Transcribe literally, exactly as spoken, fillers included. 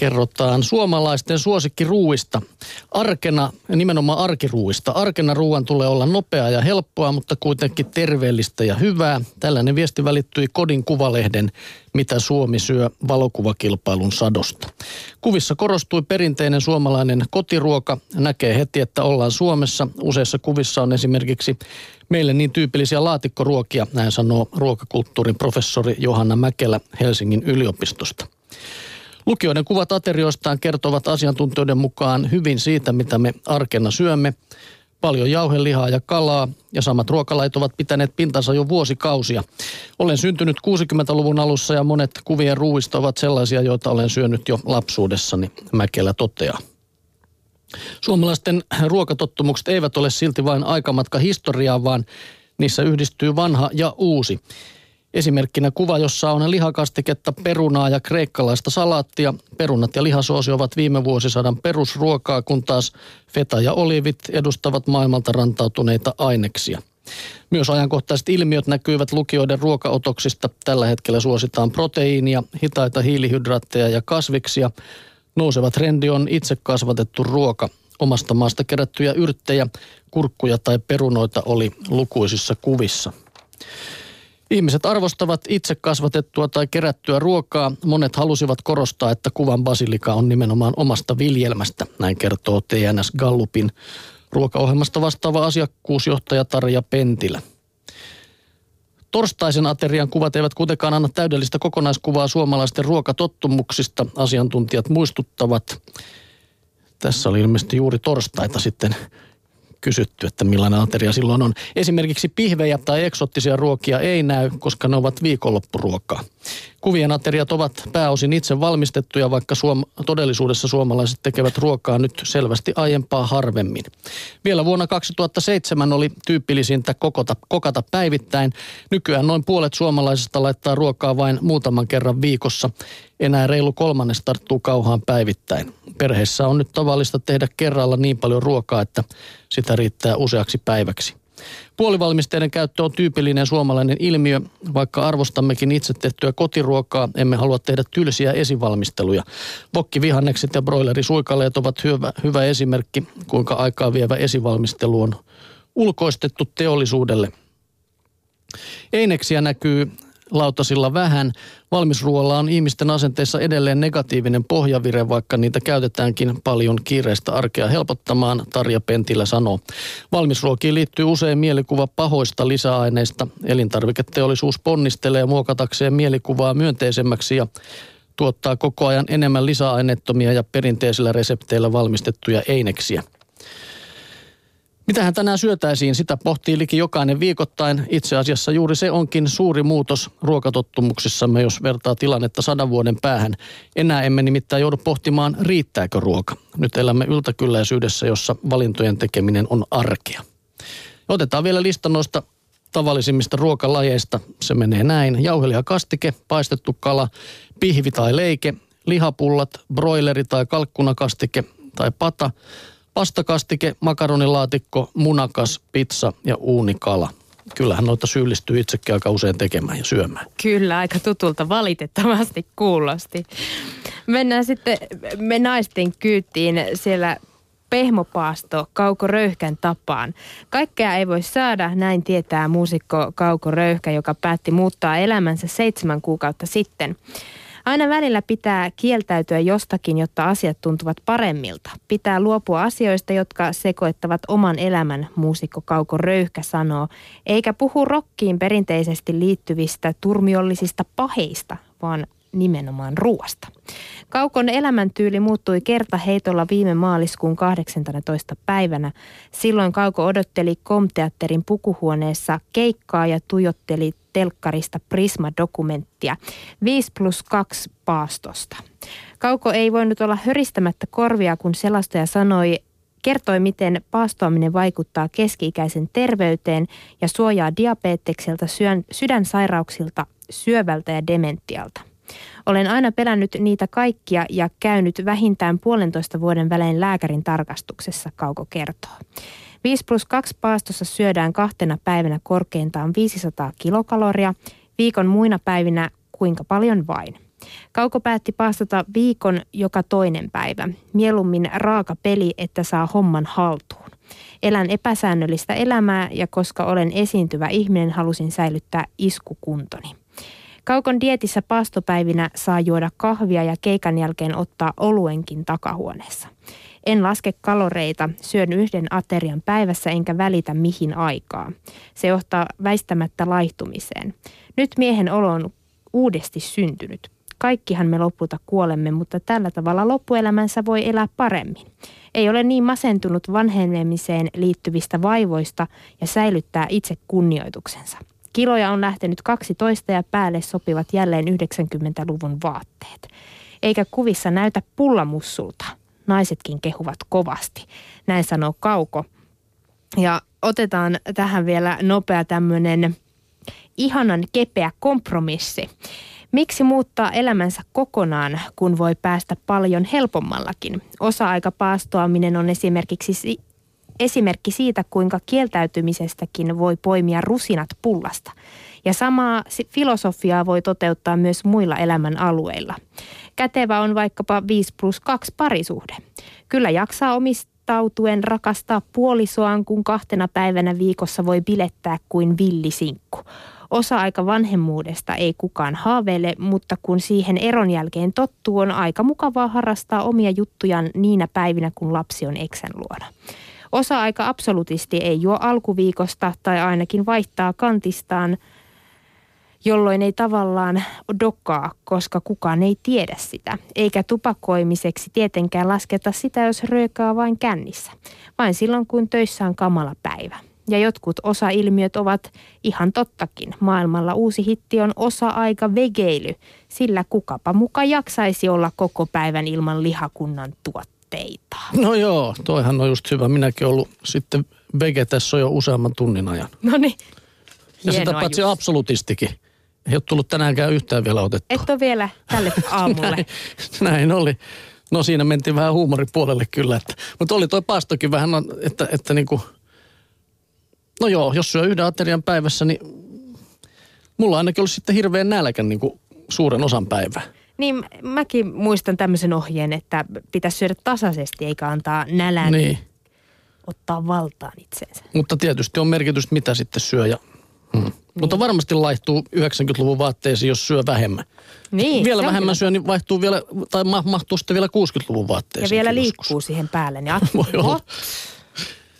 Kerrotaan suomalaisten suosikkiruuista. Arkena, nimenomaan arkiruuista. Arkena ruuan tulee olla nopeaa ja helppoa, mutta kuitenkin terveellistä ja hyvää. Tällainen viesti välittyi Kodin Kuvalehden Mitä Suomi syö -valokuvakilpailun sadosta. Kuvissa korostui perinteinen suomalainen kotiruoka. Näkee heti, että ollaan Suomessa. Useissa kuvissa on esimerkiksi meille niin tyypillisiä laatikkoruokia, näin sanoo ruokakulttuurin professori Johanna Mäkelä Helsingin yliopistosta. Lukijoiden kuvat aterioistaan kertovat asiantuntijoiden mukaan hyvin siitä, mitä me arkena syömme. Paljon jauhelihaa ja kalaa, ja samat ruokalait ovat pitäneet pintansa jo vuosikausia. Olen syntynyt kuusikymmentäluvun alussa ja monet kuvien ruuista ovat sellaisia, joita olen syönyt jo lapsuudessani, Mäkelä toteaa. Suomalaisten ruokatottumukset eivät ole silti vain aikamatka historiaa, vaan niissä yhdistyy vanha ja uusi. Esimerkkinä kuva, jossa on lihakastiketta, perunaa ja kreikkalaista salaattia. Perunat ja lihasoosi ovat viime vuosisadan perusruokaa, kun taas feta ja olivit edustavat maailmalta rantautuneita aineksia. Myös ajankohtaiset ilmiöt näkyvät lukijoiden ruokaotoksista. Tällä hetkellä suositaan proteiinia, hitaita hiilihydraatteja ja kasviksia. Nouseva trendi on itse kasvatettu ruoka. Omasta maasta kerättyjä yrttejä, kurkkuja tai perunoita oli lukuisissa kuvissa. Ihmiset arvostavat itse kasvatettua tai kerättyä ruokaa. Monet halusivat korostaa, että kuvan basilika on nimenomaan omasta viljelmästä. Näin kertoo T N S Gallupin ruokaohjelmasta vastaava asiakkuusjohtaja Tarja Pentilä. Torstaisen aterian kuvat eivät kuitenkaan anna täydellistä kokonaiskuvaa suomalaisten ruokatottumuksista. Asiantuntijat muistuttavat. Tässä oli ilmeisesti juuri torstaita sitten kysytty, että millainen ateria silloin on. Esimerkiksi pihvejä tai eksoottisia ruokia ei näy, koska ne ovat viikonloppuruokaa. Kuvien ateriat ovat pääosin itse valmistettuja, vaikka suom- todellisuudessa suomalaiset tekevät ruokaa nyt selvästi aiempaa harvemmin. Vielä vuonna kaksituhattaseitsemän oli tyypillisintä kokota, kokata päivittäin. Nykyään noin puolet suomalaisista laittaa ruokaa vain muutaman kerran viikossa. Enää reilu kolmannes tarttuu kauhaan päivittäin. Perheessä on nyt tavallista tehdä kerralla niin paljon ruokaa, että sitä riittää useaksi päiväksi. Puolivalmisteiden käyttö on tyypillinen suomalainen ilmiö. Vaikka arvostammekin itse tehtyä kotiruokaa, emme halua tehdä tylsiä esivalmisteluja. Vokkivihannekset ja broilerisuikaleet ovat hyvä, hyvä esimerkki, kuinka aikaa vievä esivalmistelu on ulkoistettu teollisuudelle. Eineksiä näkyy lautasilla vähän. Valmisruoalla on ihmisten asenteissa edelleen negatiivinen pohjavire, vaikka niitä käytetäänkin paljon kiireistä arkea helpottamaan, Tarja Pentilä sanoo. Valmisruokiin liittyy usein mielikuva pahoista lisäaineista. Elintarviketeollisuus ponnistelee muokatakseen mielikuvaa myönteisemmäksi ja tuottaa koko ajan enemmän lisäaineettomia ja perinteisillä resepteillä valmistettuja eineksiä. Mitähän tänään syötäisiin, sitä pohtii liki jokainen viikoittain. Itse asiassa juuri se onkin suuri muutos ruokatottumuksissamme, jos vertaa tilannetta sadan vuoden päähän. Enää emme nimittäin joudu pohtimaan, riittääkö ruoka. Nyt elämme yltäkylläisyydessä, jossa valintojen tekeminen on arkea. Otetaan vielä lista noista tavallisimmista ruokalajeista. Se menee näin: jauhelihakastike, paistettu kala, pihvi tai leike, lihapullat, broileri tai kalkkunakastike tai pata, pastakastike, makaronilaatikko, munakas, pizza ja uunikala. Kyllähän noita syyllistyy itsekin aika usein tekemään ja syömään. Kyllä, aika tutulta valitettavasti kuulosti. Mennään sitten me naisten kyytiin siellä pehmopaasto Kauko Röyhkän tapaan. Kaikkea ei voi saada, näin tietää muusikko Kauko Röyhkä, joka päätti muuttaa elämänsä seitsemän kuukautta sitten. Aina välillä pitää kieltäytyä jostakin, jotta asiat tuntuvat paremmilta. Pitää luopua asioista, jotka sekoittavat oman elämän, muusikko Kauko Röyhkä sanoo. Eikä puhu rokkiin perinteisesti liittyvistä turmiollisista paheista, vaan nimenomaan ruoasta. Kaukon elämäntyyli muuttui kertaheitolla viime maaliskuun kahdeksanteentoista päivänä. Silloin Kauko odotteli Kom-teatterin pukuhuoneessa keikkaa ja tuijotteli telkkarista Prisma-dokumenttia viisi plus kaksi paastosta. Kauko ei voinut olla höristämättä korvia, kun selastaja sanoi, kertoi, miten paastoaminen vaikuttaa keski-ikäisen terveyteen ja suojaa diabetekselta, sydänsairauksilta, syövältä ja dementialta. Olen aina pelännyt niitä kaikkia ja käynyt vähintään puolentoista vuoden välein lääkärin tarkastuksessa, Kauko kertoo. viisi plus kaksi paastossa syödään kahtena päivänä korkeintaan viisisataa kilokaloria, viikon muina päivinä kuinka paljon vain. Kauko päätti paastota viikon joka toinen päivä. Mieluummin raaka peli, että saa homman haltuun. Elän epäsäännöllistä elämää ja koska olen esiintyvä ihminen, halusin säilyttää iskukuntoni. Kaukon dietissä paastopäivinä saa juoda kahvia ja keikan jälkeen ottaa oluenkin takahuoneessa. En laske kaloreita, syön yhden aterian päivässä enkä välitä mihin aikaa. Se johtaa väistämättä laihtumiseen. Nyt miehen olo on uudesti syntynyt. Kaikkihan me lopulta kuolemme, mutta tällä tavalla loppuelämänsä voi elää paremmin. Ei ole niin masentunut vanhenemiseen liittyvistä vaivoista ja säilyttää itse kunnioituksensa. Kiloja on lähtenyt kaksitoista ja päälle sopivat jälleen yhdeksänkymmentäluvun vaatteet. Eikä kuvissa näytä pullamussulta. Naisetkin kehuvat kovasti. Näin sanoo Kauko. Ja otetaan tähän vielä nopea tämmöinen ihanan kepeä kompromissi. Miksi muuttaa elämänsä kokonaan, kun voi päästä paljon helpommallakin? Osa-aikapaastoaminen on esimerkiksi esimerkki siitä, kuinka kieltäytymisestäkin voi poimia rusinat pullasta. Ja samaa filosofiaa voi toteuttaa myös muilla elämän alueilla. Kätevä on vaikkapa viisi plus kaksi parisuhde. Kyllä jaksaa omistautuen rakastaa puolisoaan, kun kahtena päivänä viikossa voi bilettää kuin villisinkku. Osa-aika vanhemmuudesta ei kukaan haaveile, mutta kun siihen eron jälkeen tottuu, on aika mukavaa harrastaa omia juttujaan niinä päivinä, kun lapsi on eksän luona. Osa-aika absolutisti ei juo alkuviikosta tai ainakin vaihtaa kantistaan, jolloin ei tavallaan dokkaa, koska kukaan ei tiedä sitä. Eikä tupakoimiseksi tietenkään lasketa sitä, jos röökaa vain kännissä. Vain silloin, kun töissä on kamala päivä. Ja jotkut osa-ilmiöt ovat ihan tottakin. Maailmalla uusi hitti on osa-aika vegeily, sillä kukapa muka jaksaisi olla koko päivän ilman lihakunnan tuotteita. No joo, toihan on just hyvä. Minäkin ollut sitten vege tässä jo useamman tunnin ajan. No niin. Ja sitä paitsi just absolutistikin. Ei ole tullut tänäänkään yhtään vielä otettua. Et ole vielä tälle aamulle. näin, näin oli. No siinä mentiin vähän huumoripuolelle kyllä. Että, mutta oli toi paastokin vähän, että, että niin kuin, no joo, jos syö yhden aterian päivässä, niin mulla on ainakin ollut sitten hirveän nälkä niin kuin suuren osan päivää. Niin mäkin muistan tämmöisen ohjeen, että pitäisi syödä tasaisesti eikä antaa nälän niin ottaa valtaan itseensä. Mutta tietysti on merkitystä, mitä sitten syö ja Hmm. Niin. Mutta varmasti laihtuu yhdeksänkymmentäluvun vaatteisiin, jos syö vähemmän. Niin, vielä vähemmän syö, niin vaihtuu vielä, tai mahtuu sitten vielä kuusikymmentäluvun vaatteisiin. Ja vielä joskus liikkuu siihen päälle. Niin voi olla.